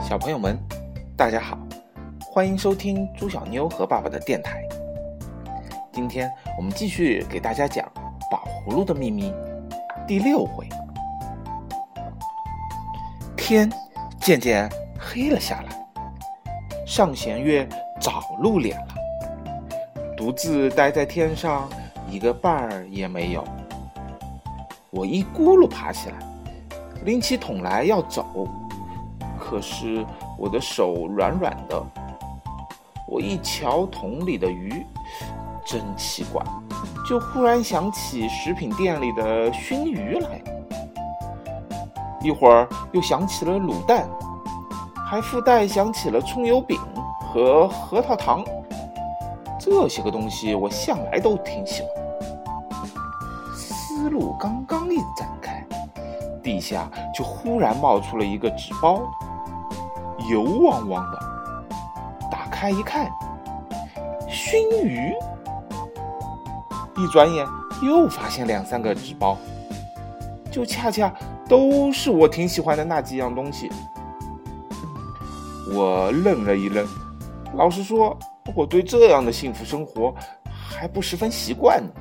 小朋友们，大家好，欢迎收听猪小妞和爸爸的电台。今天我们继续给大家讲《宝葫芦的秘密》第6回。天渐渐黑了下来，上弦月早露脸了，独自待在天上，一个伴儿也没有。我一咕噜爬起来，拎起桶来要走，可是我的手软软的。我一瞧桶里的鱼，真奇怪，就忽然想起食品店里的熏鱼来了。一会儿又想起了卤蛋，还附带想起了葱油饼和核桃糖。这些个东西我向来都挺喜欢。思路刚刚一展开，地下就忽然冒出了一个纸包，油汪汪的。打开一看，熏鱼。一转眼又发现2-3个纸包，就恰恰都是我挺喜欢的那几样东西。我愣了一愣，老实说，我对这样的幸福生活还不十分习惯呢。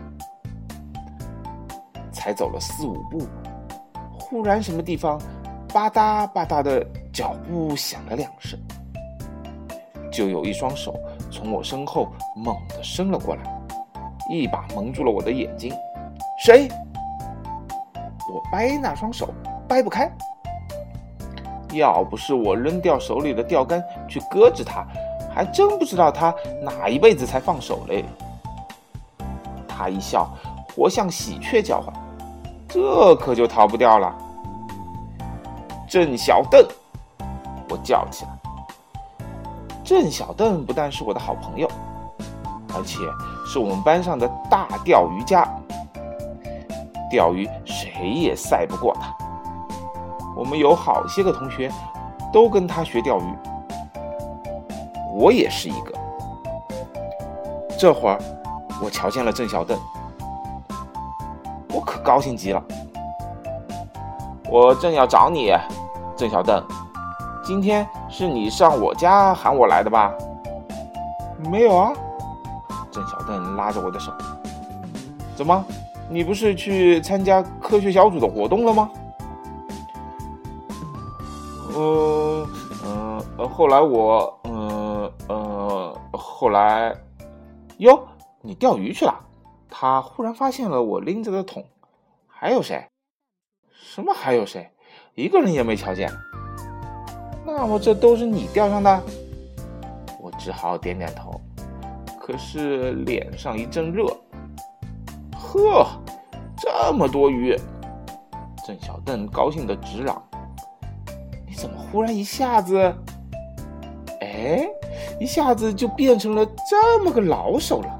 才走了4-5步，忽然什么地方吧嗒吧嗒的脚步响了2声，就有一双手从我身后猛地伸了过来，一把蒙住了我的眼睛。谁？我掰那双手掰不开，要不是我扔掉手里的钓竿去搁着他，还真不知道他哪一辈子才放手嘞。他一笑，活像喜鹊叫唤，这可就逃不掉了。郑小邓，我叫起来。郑小邓不但是我的好朋友，而且是我们班上的大钓鱼家，钓鱼谁也赛不过他。我们有好些个同学都跟他学钓鱼，我也是一个。这会儿我瞧见了郑小邓，我可高兴极了。我正要找你，郑小邓，今天是你上我家喊我来的吧？没有啊。郑小邓拉着我的手，怎么，你不是去参加科学小组的活动了吗？后来我后来哟，你钓鱼去了？他忽然发现了我拎着的桶。还有谁？什么还有谁？一个人也没瞧见。那么这都是你钓上的？我只好点点头，可是脸上一阵热。呵，这么多鱼！郑小邓高兴得直嚷，你怎么忽然一下子就变成了这么个老手了？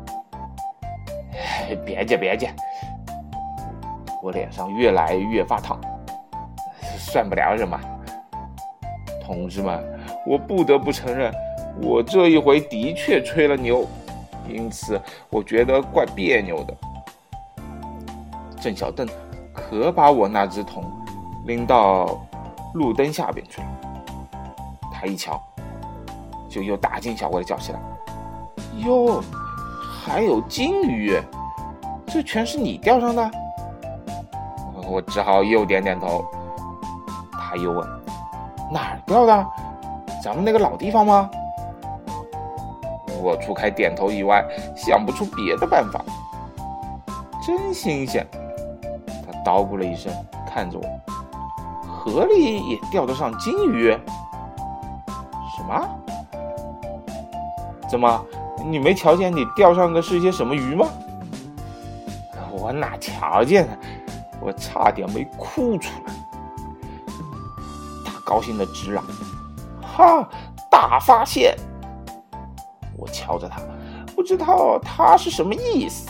别介，我脸上越来越发烫，算不了什么。同志们，我不得不承认，我这一回的确吹了牛，因此我觉得怪别扭的。郑小邓可把我那只桶拎到路灯下边去了。他一瞧，就又大惊小怪地叫起来，哟，还有金鱼，这全是你钓上的？我只好又点点头。他又问，哪儿钓的？咱们那个老地方吗？我除开点头以外，想不出别的办法。真新鲜。他叨咕了一声，看着我，河里也钓得上金鱼？什么？怎么，你没瞧见你钓上的是些什么鱼吗？我哪瞧见呢？我差点没哭出来。他高兴得直嚷，哈，大发现！我瞧着他，不知道他是什么意思。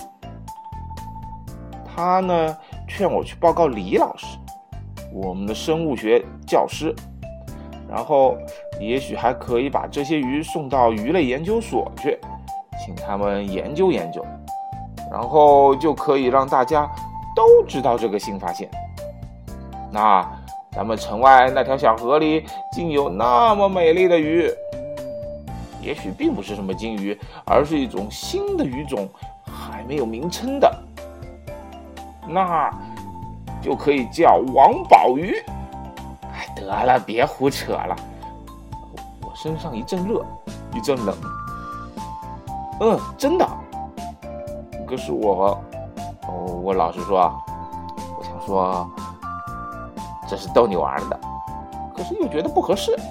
他呢，劝我去报告李老师，我们的生物学教师，然后也许还可以把这些鱼送到鱼类研究所去，请他们研究研究，然后就可以让大家都知道这个新发现。那咱们城外那条小河里竟有那么美丽的鱼。也许并不是什么金鱼，而是一种新的鱼种，还没有名称的，那就可以叫王宝鱼。得了，别胡扯了。我身上一阵热，一阵冷。真的。可是我老实说，我想说这是逗你玩的，可是又觉得不合适。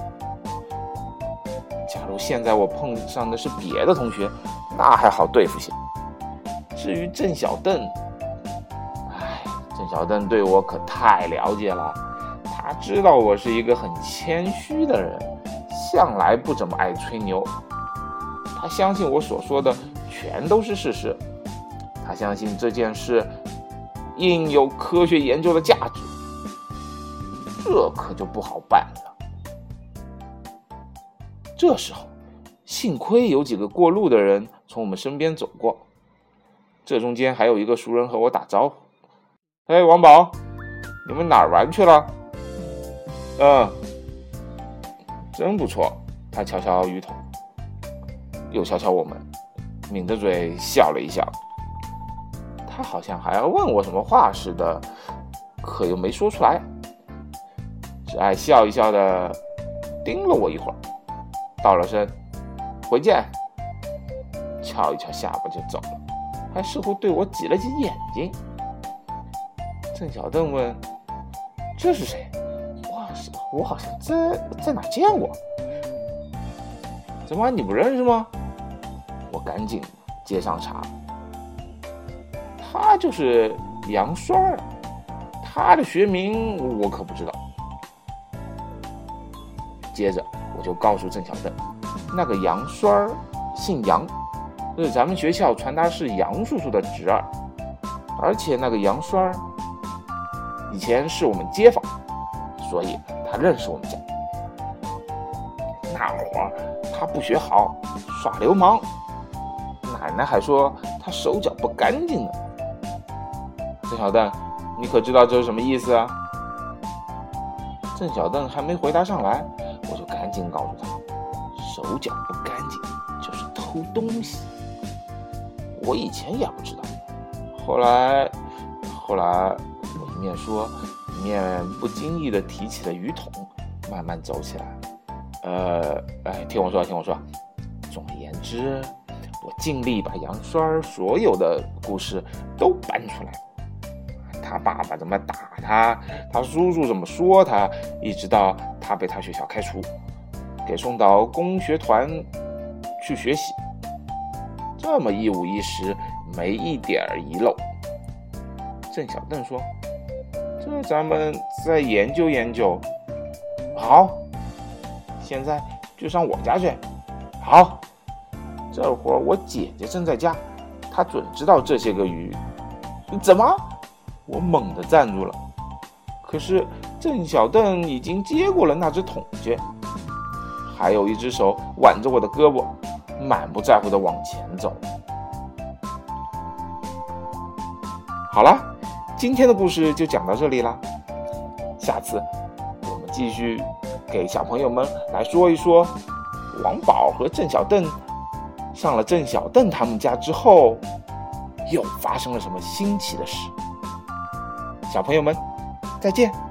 假如现在我碰上的是别的同学，那还好对付些。至于郑小邓，郑小邓对我可太了解了，他知道我是一个很谦虚的人，向来不怎么爱吹牛。他相信我所说的全都是事实，他相信这件事应有科学研究的价值，这可就不好办了。这时候，幸亏有几个过路的人从我们身边走过，这中间还有一个熟人和我打招呼：“王宝，你们哪儿玩去了？”“真不错。”他瞧瞧鱼桶，又瞧瞧我们，抿着嘴笑了一笑。他好像还要问我什么话似的，可又没说出来，只爱笑一笑的盯了我一会儿，道了声回见，敲一敲下巴就走了，还似乎对我挤了挤眼睛。郑小邓问：“这是谁？我好像在哪见过。”“怎么你不认识吗？”我赶紧接上茬：“他就是杨栓，他的学名我可不知道。”接着我就告诉郑小邓，那个杨栓姓杨，是咱们学校传达室杨叔叔的侄儿，而且那个杨栓以前是我们街坊，所以他认识我们家。那会儿他不学好，耍流氓，奶奶还说他手脚不干净呢。郑小邓，你可知道这是什么意思啊？郑小邓还没回答上来，我就赶紧告诉他，手脚不干净就是偷东西。我以前也不知道，后来我一面说，一面不经意地提起了鱼桶，慢慢走起来。听我说。总而言之，我尽力把杨栓所有的故事都搬出来。他爸爸怎么打他，他叔叔怎么说他，一直到他被他学校开除，给送到工学团去学习，这么一五一十，没一点遗漏。郑小邓说：“这咱们再研究研究。”“好，现在就上我家去。”“好，这会儿我姐姐正在家，她准知道这些个鱼。”“怎么？”我猛地站住了，可是郑小邓已经接过了那只桶去，还有一只手挽着我的胳膊，满不在乎地往前走。好了，今天的故事就讲到这里啦。下次我们继续给小朋友们来说一说王宝和郑小邓上了郑小邓他们家之后，又发生了什么新奇的事。小朋友们，再见。